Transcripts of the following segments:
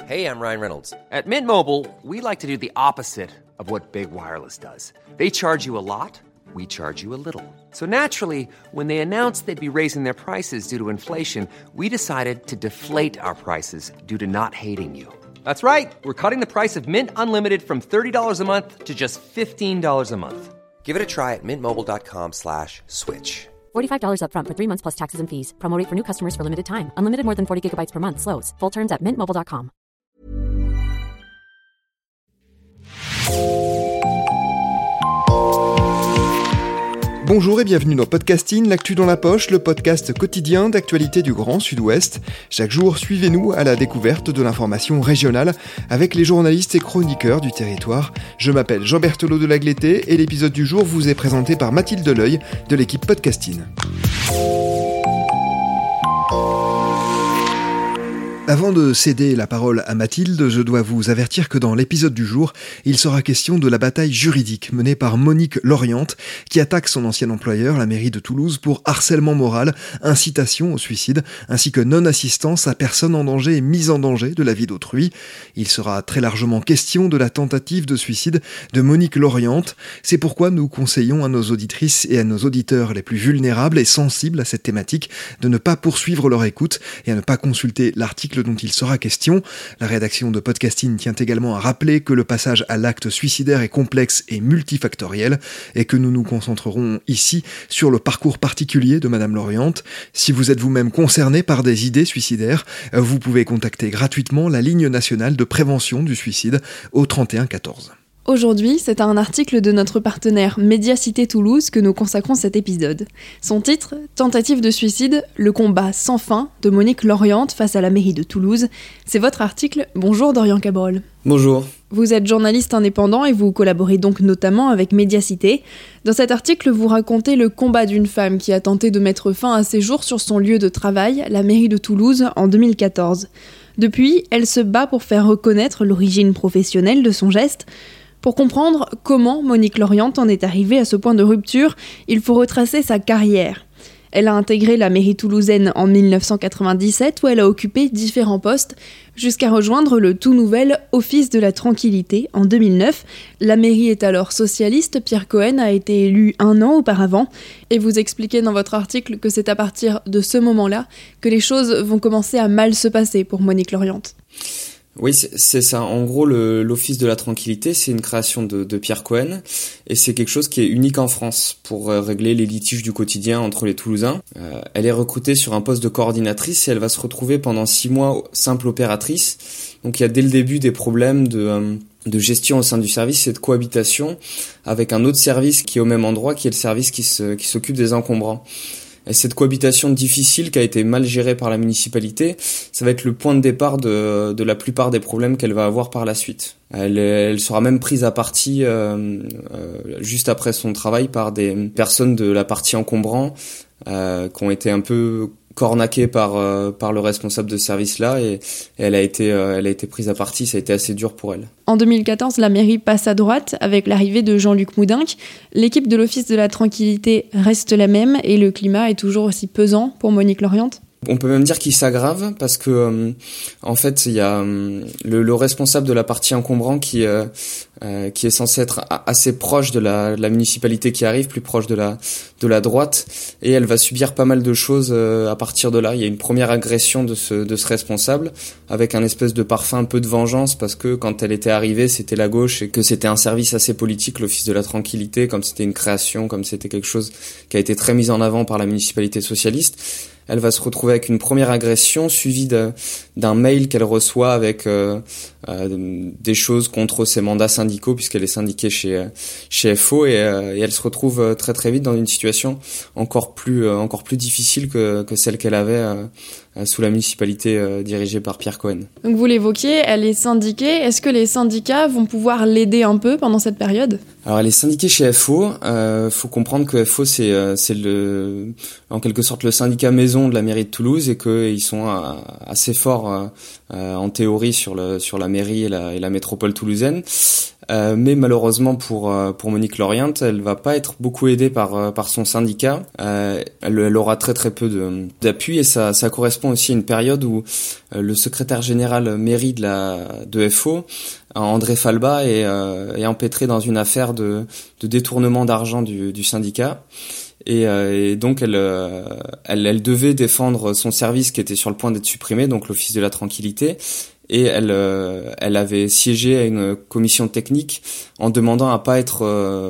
Hey, I'm Ryan Reynolds. At Mint Mobile, we like to do the opposite of what Big Wireless does. They charge you a lot, we charge you a little. So naturally, when they announced they'd be raising their prices due to inflation, we decided to deflate our prices due to not hating you. That's right. We're cutting the price of Mint Unlimited from $30 a month to just $15 a month. Give it a try at mintmobile.com/switch. $45 up front for 3 months plus taxes and fees. Promo rate for new customers for limited time. Unlimited more than 40 gigabytes per month. Slows full terms at mintmobile.com. Bonjour et bienvenue dans Podcasting, l'actu dans la poche, le podcast quotidien d'actualité du Grand Sud-Ouest. Chaque jour, suivez-nous à la découverte de l'information régionale avec les journalistes et chroniqueurs du territoire. Je m'appelle Jean Berthelot de Lagleté et l'épisode du jour vous est présenté par Mathilde Deleuil de l'équipe Podcasting. Avant de céder la parole à Mathilde, je dois vous avertir que dans l'épisode du jour, il sera question de la bataille juridique menée par Monique Loriante, qui attaque son ancien employeur, la mairie de Toulouse, pour harcèlement moral, incitation au suicide, ainsi que non-assistance à personne en danger et mise en danger de la vie d'autrui. Il sera très largement question de la tentative de suicide de Monique Loriante. C'est pourquoi nous conseillons à nos auditrices et à nos auditeurs les plus vulnérables et sensibles à cette thématique de ne pas poursuivre leur écoute et à ne pas consulter l'article dont il sera question. La rédaction de Podcasting tient également à rappeler que le passage à l'acte suicidaire est complexe et multifactoriel et que nous nous concentrerons ici sur le parcours particulier de Madame Loriante. Si vous êtes vous-même concerné par des idées suicidaires, vous pouvez contacter gratuitement la ligne nationale de prévention du suicide au 31 14. Aujourd'hui, c'est à un article de notre partenaire Médiacité Toulouse que nous consacrons cet épisode. Son titre, Tentative de suicide, le combat sans fin de Monique Loriante face à la mairie de Toulouse. C'est votre article. Bonjour Dorian Cabrol. Bonjour. Vous êtes journaliste indépendant et vous collaborez donc notamment avec Médiacité. Dans cet article, vous racontez le combat d'une femme qui a tenté de mettre fin à ses jours sur son lieu de travail, la mairie de Toulouse, en 2014. Depuis, elle se bat pour faire reconnaître l'origine professionnelle de son geste. Pour comprendre comment Monique Loriante en est arrivée à ce point de rupture, il faut retracer sa carrière. Elle a intégré la mairie toulousaine en 1997 où elle a occupé différents postes jusqu'à rejoindre le tout nouvel Office de la Tranquillité en 2009. La mairie est alors socialiste, Pierre Cohen a été élu 1 an auparavant et vous expliquez dans votre article que c'est à partir de ce moment-là que les choses vont commencer à mal se passer pour Monique Loriante. Oui, c'est ça. En gros, l'Office de la Tranquillité, c'est une création de Pierre Cohen et c'est quelque chose qui est unique en France pour régler les litiges du quotidien entre les Toulousains. Elle est recrutée sur un poste de coordinatrice et elle va se retrouver pendant 6 mois simple opératrice. Donc il y a dès le début des problèmes de gestion au sein du service et de cohabitation avec un autre service qui est au même endroit, qui est le service qui s'occupe des encombrants. Et cette cohabitation difficile qui a été mal gérée par la municipalité, ça va être le point de départ de la plupart des problèmes qu'elle va avoir par la suite. Elle sera même prise à partie juste après son travail par des personnes de la partie encombrant qui ont été un peu cornaquée par le responsable de ce service-là et elle a été prise à partie, ça a été assez dur pour elle. En 2014, la mairie passe à droite avec l'arrivée de Jean-Luc Moudinque. L'équipe de l'Office de la Tranquillité reste la même et le climat est toujours aussi pesant pour Monique Loriante. On peut même dire qu'il s'aggrave parce que en fait il y a le responsable de la partie encombrant qui est censé être assez proche de la municipalité qui arrive, plus proche de la droite, et elle va subir pas mal de choses à partir de là. Il y a une première agression de ce responsable avec un espèce de parfum un peu de vengeance parce que quand elle était arrivée c'était la gauche et que c'était un service assez politique, l'Office de la Tranquillité, comme c'était une création, comme c'était quelque chose qui a été très mis en avant par la municipalité socialiste. Elle va se retrouver avec une première agression suivie d'un mail qu'elle reçoit avec des choses contre ses mandats syndicaux puisqu'elle est syndiquée chez FO et elle se retrouve très très vite dans une situation encore plus difficile que celle qu'elle avait sous la municipalité dirigée par Pierre Cohen. Donc vous l'évoquiez, elle est syndiquée. Est-ce que les syndicats vont pouvoir l'aider un peu pendant cette période ? Alors elle est syndiquée chez FO. Faut comprendre que FO c'est en quelque sorte le syndicat maison de la mairie de Toulouse et qu'ils sont assez forts en théorie sur la mairie et la métropole toulousaine. Mais malheureusement pour Monique Loriante, elle va pas être beaucoup aidée par son syndicat. Elle aura très peu d'appui, et ça correspond aussi à une période où le secrétaire général mairie de FO, André Falba, est empêtré dans une affaire de détournement d'argent du syndicat. Et donc elle devait défendre son service qui était sur le point d'être supprimé, donc l'Office de la tranquillité. Et elle avait siégé à une commission technique en demandant à pas être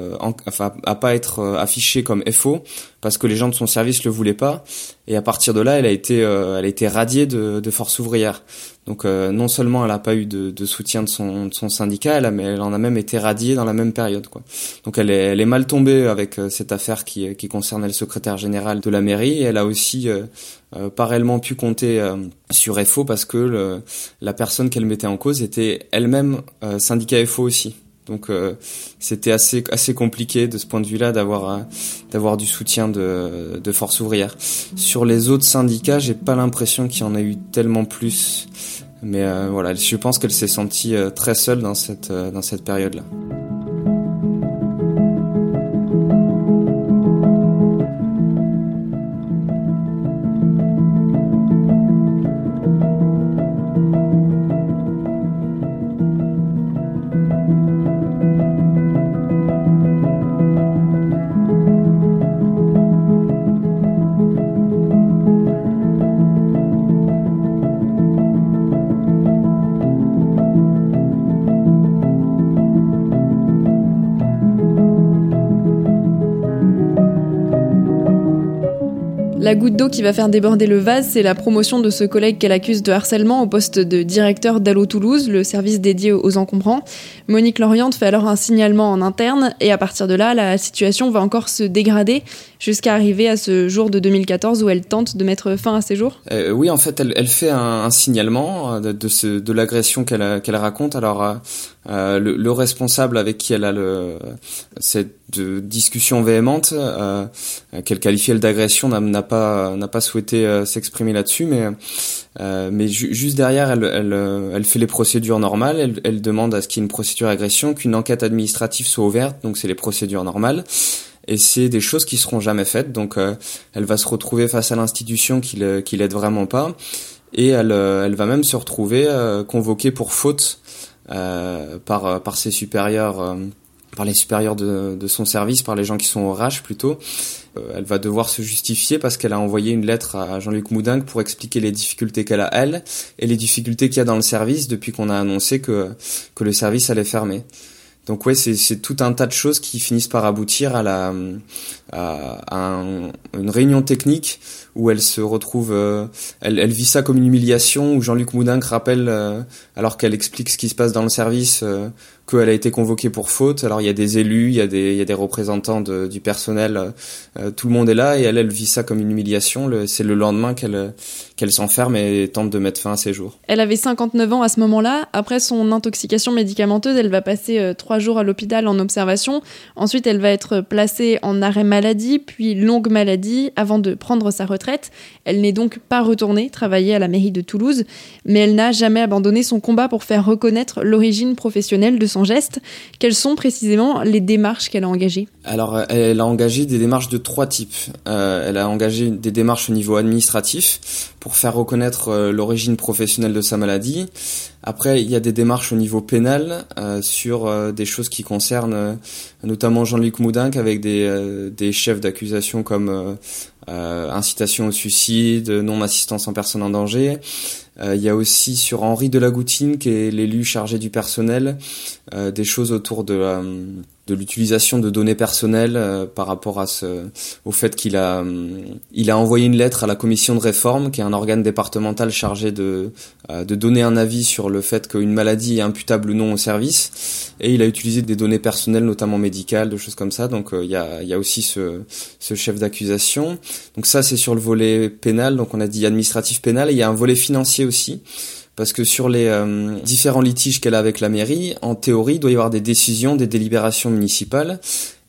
affichée comme FO, parce que les gens de son service le voulaient pas. Et à partir de là, elle a été radiée de Force ouvrière. Donc non seulement elle a pas eu de soutien de son syndicat, elle en a même été radiée dans la même période, quoi. Donc elle est mal tombée avec cette affaire qui concernait le secrétaire général de la mairie. Et elle a aussi pas réellement pu compter sur FO, parce que la personne qu'elle mettait en cause était elle-même syndicat FO aussi. Donc c'était assez compliqué de ce point de vue-là d'avoir du soutien de Force ouvrière. Sur les autres syndicats, j'ai pas l'impression qu'il y en a eu tellement plus, mais voilà, je pense qu'elle s'est sentie très seule dans cette période-là. La goutte d'eau qui va faire déborder le vase, c'est la promotion de ce collègue qu'elle accuse de harcèlement au poste de directeur d'Allo Toulouse, le service dédié aux encombrants. Monique Loriante fait alors un signalement en interne, et à partir de là, la situation va encore se dégrader jusqu'à arriver à ce jour de 2014 où elle tente de mettre fin à ses jours. Oui, en fait, elle fait un signalement de l'agression qu'elle raconte. Alors le responsable avec qui elle a cette discussion véhémente, qu'elle qualifie elle d'agression, n'a pas souhaité s'exprimer là-dessus, mais juste derrière, elle fait les procédures normales. Elle demande à ce qu'il y ait une procédure d'agression, qu'une enquête administrative soit ouverte, donc c'est les procédures normales. Et c'est des choses qui seront jamais faites, donc elle va se retrouver face à l'institution qui l'aide vraiment pas, et elle va même se retrouver convoquée pour faute par ses supérieurs, par les supérieurs de son service, par les gens qui sont au RH plutôt. Elle va devoir se justifier parce qu'elle a envoyé une lettre à Jean-Luc Moudingue pour expliquer les difficultés qu'elle a, elle, et les difficultés qu'il y a dans le service depuis qu'on a annoncé que le service allait fermer. Donc ouais, c'est tout un tas de choses qui finissent par aboutir à une réunion technique où elle se retrouve, elle vit ça comme une humiliation, où Jean-Luc Moudingue rappelle, alors qu'elle explique ce qui se passe dans le service, qu'elle a été convoquée pour faute. Alors il y a des élus, il y a des représentants du personnel, tout le monde est là, et elle vit ça comme une humiliation. C'est le lendemain qu'elle s'enferme et tente de mettre fin à ses jours. Elle avait 59 ans à ce moment-là. Après son intoxication médicamenteuse, elle va passer 3 jours à l'hôpital en observation. Ensuite, elle va être placée en arrêt maladie, puis longue maladie, avant de prendre sa retraite. Elle n'est donc pas retournée travailler à la mairie de Toulouse, mais elle n'a jamais abandonné son combat pour faire reconnaître l'origine professionnelle de son geste. Quelles sont précisément les démarches qu'elle a engagées ? Alors, elle a engagé des démarches de 3 types. Elle a engagé des démarches au niveau administratif pour faire reconnaître l'origine professionnelle de sa maladie. Après, il y a des démarches au niveau pénal sur des choses qui concernent notamment Jean-Luc Moudingue, avec des chefs d'accusation comme incitation au suicide, non-assistance en personne en danger. Il y a aussi sur Henri Delagoutine, qui est l'élu chargé du personnel, des choses autour de l'utilisation de données personnelles par rapport au fait qu'il a envoyé une lettre à la commission de réforme, qui est un organe départemental chargé de donner un avis sur le fait qu'une maladie est imputable ou non au service, et il a utilisé des données personnelles, notamment médicales, de choses comme ça. Donc il y a aussi ce chef d'accusation. Donc ça, c'est sur le volet pénal. Donc on a dit administratif pénal, et il y a un volet financier aussi. Parce que sur les différents litiges qu'elle a avec la mairie, en théorie, il doit y avoir des décisions, des délibérations municipales.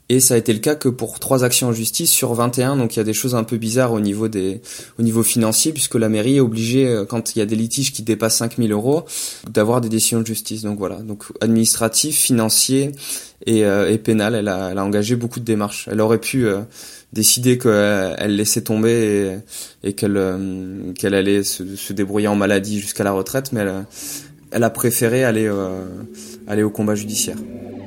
Et ça a été le cas que pour 3 actions en justice sur 21, donc il y a des choses un peu bizarres au niveau financier, puisque la mairie est obligée, quand il y a des litiges qui dépassent 5 000 €, d'avoir des décisions de justice. Donc voilà, donc administratif, financier et pénal, elle a engagé beaucoup de démarches. Elle aurait pu décider qu'elle laissait tomber et qu'elle allait se débrouiller en maladie jusqu'à la retraite, mais elle a préféré aller au combat judiciaire.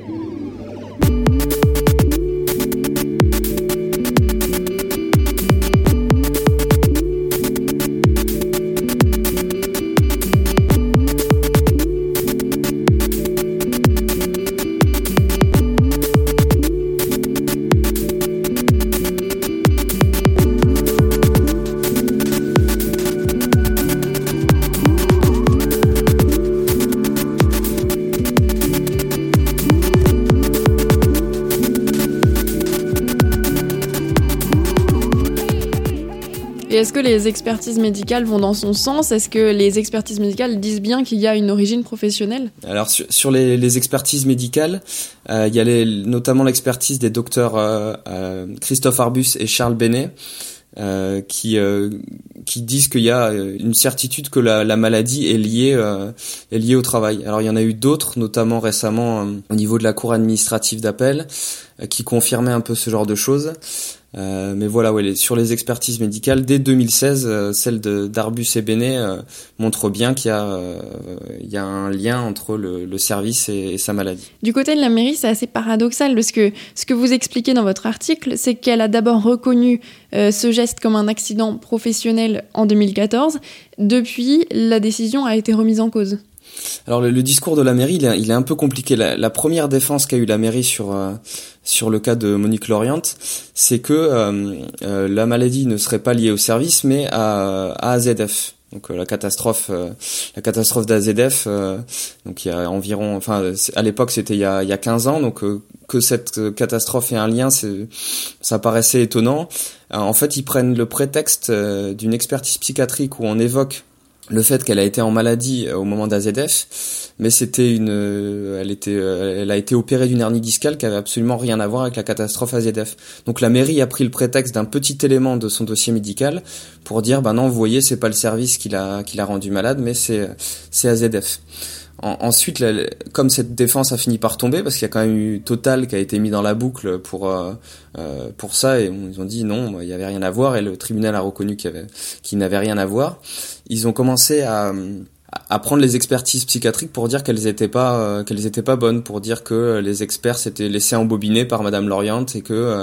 Et est-ce que les expertises médicales vont dans son sens ? Est-ce que les expertises médicales disent bien qu'il y a une origine professionnelle ? Alors sur les expertises médicales, il y a notamment l'expertise des docteurs Christophe Arbus et Charles Bénet, qui disent qu'il y a une certitude que la maladie est liée au travail. Alors il y en a eu d'autres, notamment récemment au niveau de la cour administrative d'appel, qui confirmaient un peu ce genre de choses. Mais voilà, ouais, sur les expertises médicales, dès 2016, celle d'Arbus et Bénet montre bien qu'il y a un lien entre le service et sa maladie. Du côté de la mairie, c'est assez paradoxal, parce que ce que vous expliquez dans votre article, c'est qu'elle a d'abord reconnu ce geste comme un accident professionnel en 2014. Depuis, la décision a été remise en cause. Alors le discours de la mairie, il est un peu compliqué. La première défense qu'a eu la mairie sur le cas de Monique Loriante, c'est que la maladie ne serait pas liée au service, mais à AZF. Donc la catastrophe d'AZF, donc il y a environ, enfin à l'époque c'était il y a 15 ans, donc que cette catastrophe ait un lien, ça paraissait étonnant. En fait, ils prennent le prétexte d'une expertise psychiatrique où on évoque le fait qu'elle a été en maladie au moment d'AZF, mais elle a été opérée d'une hernie discale qui avait absolument rien à voir avec la catastrophe AZF. Donc la mairie a pris le prétexte d'un petit élément de son dossier médical pour dire, non, vous voyez, c'est pas le service qui l'a rendu malade, mais c'est AZF. Ensuite, comme cette défense a fini par tomber, parce qu'il y a quand même eu Total qui a été mis dans la boucle pour ça, et ils ont dit non, il y avait rien à voir, et le tribunal a reconnu qu'il n'avait rien à voir. Ils ont commencé à prendre les expertises psychiatriques pour dire qu'elles étaient pas bonnes, pour dire que les experts s'étaient laissés embobiner par Madame Loriante et que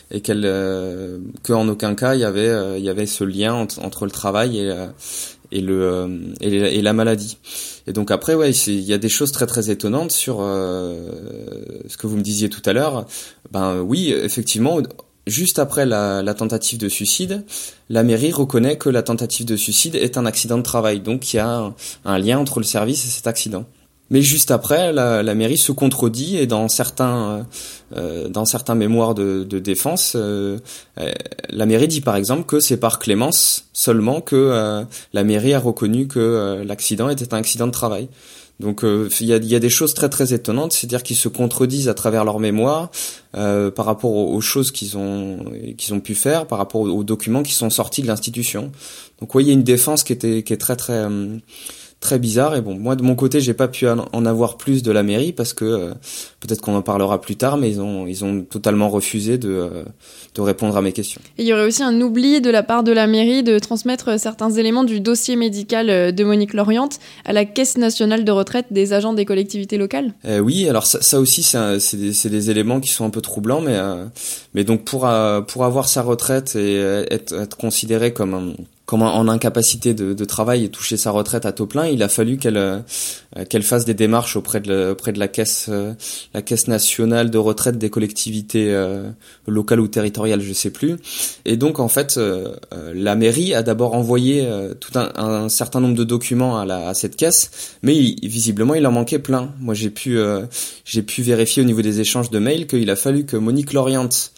en aucun cas il y avait ce lien entre le travail et la maladie. Et donc après, ouais, il y a des choses très très étonnantes sur ce que vous me disiez tout à l'heure. Oui, effectivement, juste après la tentative de suicide, la mairie reconnaît que la tentative de suicide est un accident de travail. Donc il y a un lien entre le service et cet accident. Mais juste après, la mairie se contredit, et dans certains mémoires de défense, la mairie dit par exemple que c'est par clémence seulement que la mairie a reconnu que l'accident était un accident de travail. Donc il y a des choses très très étonnantes, c'est-à-dire qu'ils se contredisent à travers leurs mémoires par rapport aux choses qu'ils ont pu faire, par rapport aux documents qui sont sortis de l'institution. Donc il y a une défense qui est très très très bizarre. Et bon, moi de mon côté, j'ai pas pu en avoir plus de la mairie parce que peut-être qu'on en parlera plus tard, mais ils ont totalement refusé de répondre à mes questions. Et il y aurait aussi un oubli de la part de la mairie de transmettre certains éléments du dossier médical de Monique Loriante à la Caisse nationale de retraite des agents des collectivités locales. Oui, alors ça aussi c'est des éléments qui sont un peu troublants, mais donc pour avoir sa retraite et être considéré comme en incapacité de travail et toucher sa retraite à taux plein, il a fallu qu'elle fasse des démarches auprès de la caisse nationale de retraite des collectivités locales ou territoriales, je sais plus. Et donc en fait, la mairie a d'abord envoyé tout un certain nombre de documents à cette caisse, mais visiblement il en manquait plein. Moi j'ai pu vérifier au niveau des échanges de mails qu'il a fallu que Monique Loriante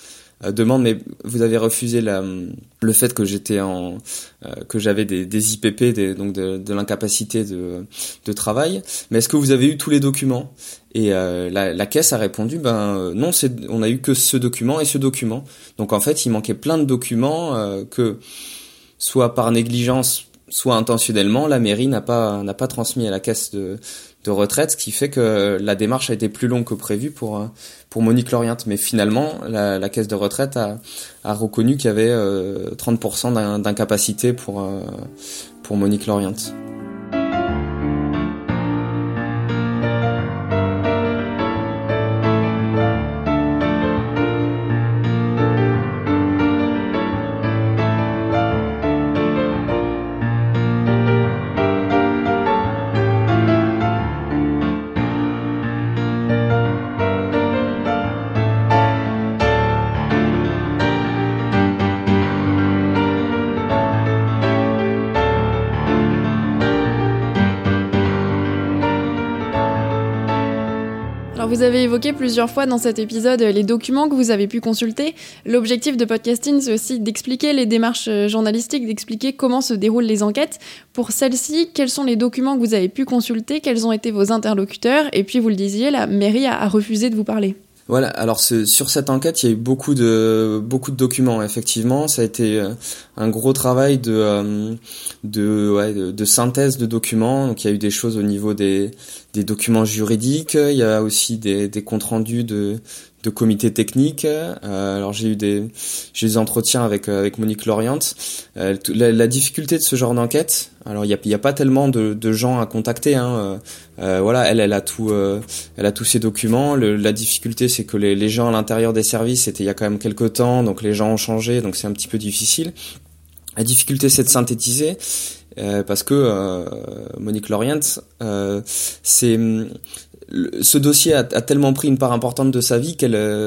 demande mais vous avez refusé le fait que j'étais que j'avais des IPP, donc de l'incapacité de travail, mais est-ce que vous avez eu tous les documents? Et la caisse a répondu non, on a eu que ce document et ce document. Donc en fait il manquait plein de documents que soit par négligence soit intentionnellement la mairie n'a pas transmis à la caisse de retraite, ce qui fait que la démarche a été plus longue que prévu pour Monique Lorient. Mais finalement, la caisse de retraite a reconnu qu'il y avait 30% d'incapacité pour Monique Lorient. Alors vous avez évoqué plusieurs fois dans cet épisode les documents que vous avez pu consulter. L'objectif de podcasting, c'est aussi d'expliquer les démarches journalistiques, d'expliquer comment se déroulent les enquêtes. Pour celle-ci, quels sont les documents que vous avez pu consulter? Quels ont été vos interlocuteurs? Et puis, vous le disiez, la mairie a refusé de vous parler. Voilà, alors sur cette enquête, il y a eu beaucoup de documents, effectivement. Ça a été un gros travail de synthèse de documents. Donc il y a eu des choses au niveau des documents juridiques, il y a aussi des comptes rendus de comités techniques. Alors j'ai eu des entretiens avec Monique Lorient. La difficulté de ce genre d'enquête, alors il y a pas tellement de gens à contacter, hein. Voilà, elle a tous ces documents. La difficulté, c'est que les gens à l'intérieur des services, c'était il y a quand même quelques temps, donc les gens ont changé, donc c'est un petit peu difficile. La difficulté, c'est de synthétiser, parce que Monique Lorient, ce dossier a tellement pris une part importante de sa vie qu'elle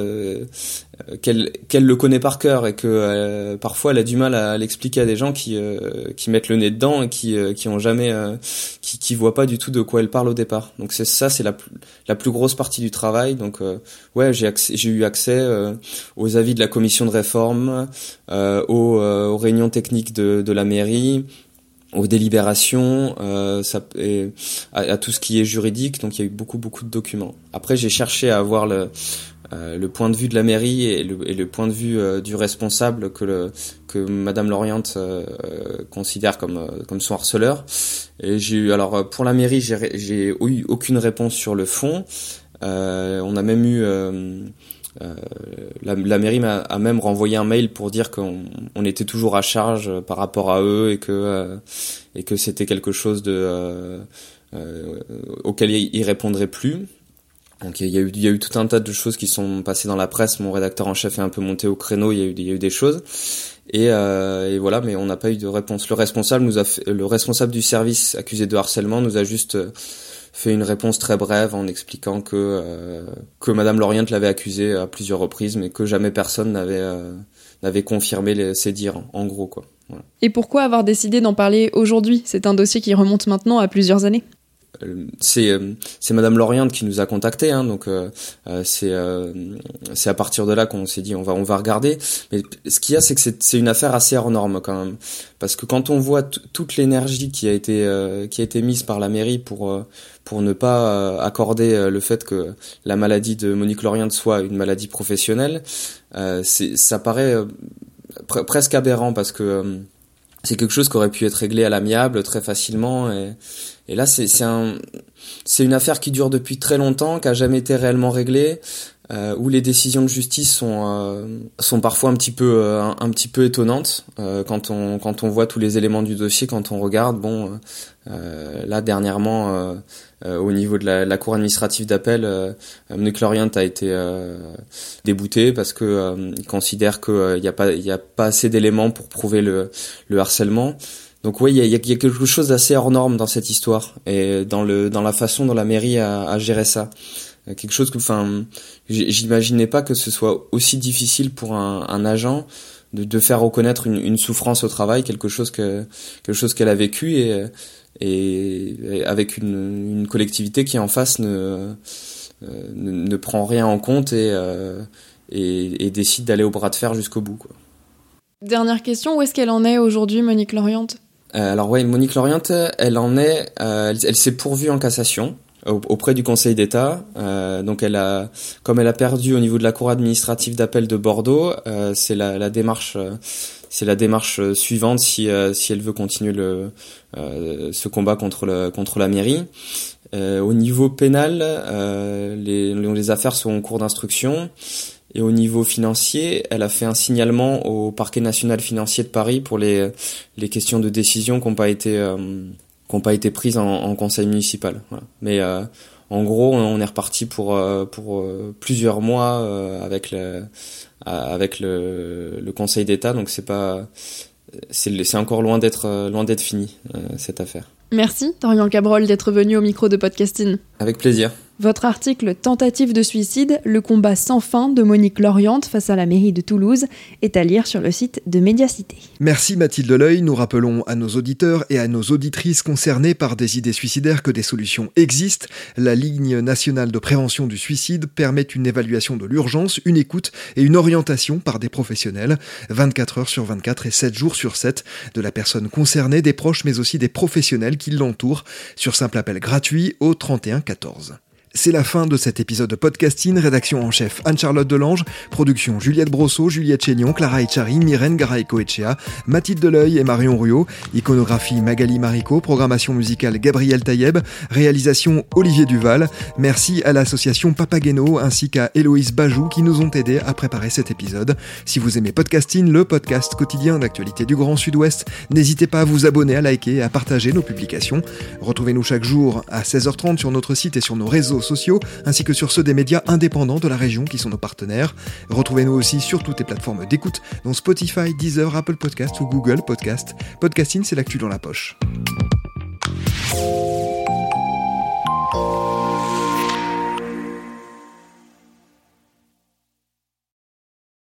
le connaît par cœur, et que parfois elle a du mal à l'expliquer à des gens qui mettent le nez dedans et qui ont jamais qui voient pas du tout de quoi elle parle au départ. Donc c'est la plus grosse partie du travail. Donc j'ai eu accès aux avis de la commission de réforme, aux réunions techniques de la mairie, aux délibérations, à tout ce qui est juridique. Donc il y a eu beaucoup de documents. Après j'ai cherché à avoir le point de vue de la mairie et le point de vue du responsable que Madame Lorient considère comme son harceleur. Et alors pour la mairie, j'ai eu aucune réponse sur le fond. On a même eu la mairie a même renvoyé un mail pour dire qu'on était toujours à charge par rapport à eux, et que c'était quelque chose auquel ils répondraient plus. Donc il y a eu tout un tas de choses qui sont passées dans la presse. Mon rédacteur en chef est un peu monté au créneau. Il y a eu des choses, et voilà, mais on n'a pas eu de réponse. Le responsable du service accusé de harcèlement nous a juste fait une réponse très brève en expliquant que Madame Lorient l'avait accusé à plusieurs reprises, mais que jamais personne n'avait confirmé ses dires, en gros, quoi. Voilà. Et pourquoi avoir décidé d'en parler aujourd'hui? C'est un dossier qui remonte maintenant à plusieurs années. C'est Madame Lorient qui nous a contactés, hein, donc c'est à partir de là qu'on s'est dit on va regarder. Mais ce qu'il y a, c'est que c'est une affaire assez hors norme quand même, parce que quand on voit toute l'énergie qui a été mise par la mairie pour ne pas accorder le fait que la maladie de Monique Lorient soit une maladie professionnelle, ça paraît presque aberrant, parce que c'est quelque chose qui aurait pu être réglé à l'amiable très facilement, et là c'est une affaire qui dure depuis très longtemps, qui a jamais été réellement réglée, où les décisions de justice sont parfois un petit peu étonnantes quand on voit tous les éléments du dossier, quand on regarde. Là dernièrement au niveau de la cour administrative d'appel, Monique Lorient a été débouté parce que il considère qu'il y a pas assez d'éléments pour prouver le harcèlement. Donc oui, il y a quelque chose d'assez hors norme dans cette histoire, et dans la façon dont la mairie a géré ça. Quelque chose que, j'imaginais pas que ce soit aussi difficile pour un agent de faire reconnaître une souffrance au travail, quelque chose qu'elle a vécu, et avec une collectivité qui en face ne prend rien en compte, et et décide d'aller au bras de fer jusqu'au bout, quoi. Dernière question, où est-ce qu'elle en est aujourd'hui, Monique Loriante ? Alors ouais, Monique Loriante, elle en est, elle s'est pourvue en cassation auprès du Conseil d'État. Donc comme elle a perdu au niveau de la Cour administrative d'appel de Bordeaux, c'est la démarche suivante si elle veut continuer ce combat contre la mairie. Au niveau pénal, les affaires sont en cours d'instruction. Et au niveau financier, elle a fait un signalement au parquet national financier de Paris pour les questions de décision qui n'ont pas été prises en conseil municipal. Voilà. Mais en gros, on est reparti pour plusieurs mois avec le Conseil d'État. Donc c'est encore loin d'être fini cette affaire. Merci, Dorian Cabrol, d'être venu au micro de Podcasting. Avec plaisir. Votre article « Tentative de suicide, le combat sans fin de Monique Loriante face à la mairie de Toulouse » est à lire sur le site de Médiacité. Merci Mathilde L'Oeil. Nous rappelons à nos auditeurs et à nos auditrices concernés par des idées suicidaires que des solutions existent. La Ligne nationale de prévention du suicide permet une évaluation de l'urgence, une écoute et une orientation par des professionnels, 24 heures sur 24 et 7 jours sur 7, de la personne concernée, des proches mais aussi des professionnels qui l'entourent, sur simple appel gratuit au 31 14. C'est la fin de cet épisode de Podcasting. Rédaction en chef Anne-Charlotte Delange, production Juliette Brosseau, Juliette Chénion, Clara Echari, Myrène Garay-Coetchea, Mathilde L'Oeil et Marion Ruot, iconographie Magali Marico, programmation musicale Gabriel Taïeb, réalisation Olivier Duval. Merci à l'association Papageno ainsi qu'à Héloïse Bajou qui nous ont aidés à préparer cet épisode. Si vous aimez Podcasting, le podcast quotidien d'actualité du Grand Sud-Ouest, n'hésitez pas à vous abonner, à liker et à partager nos publications. Retrouvez-nous chaque jour à 16h30 sur notre site et sur nos réseaux sociaux, ainsi que sur ceux des médias indépendants de la région qui sont nos partenaires. Retrouvez-nous aussi sur toutes les plateformes d'écoute, dont Spotify, Deezer, Apple Podcast ou Google Podcast. Podcasting, c'est l'actu dans la poche.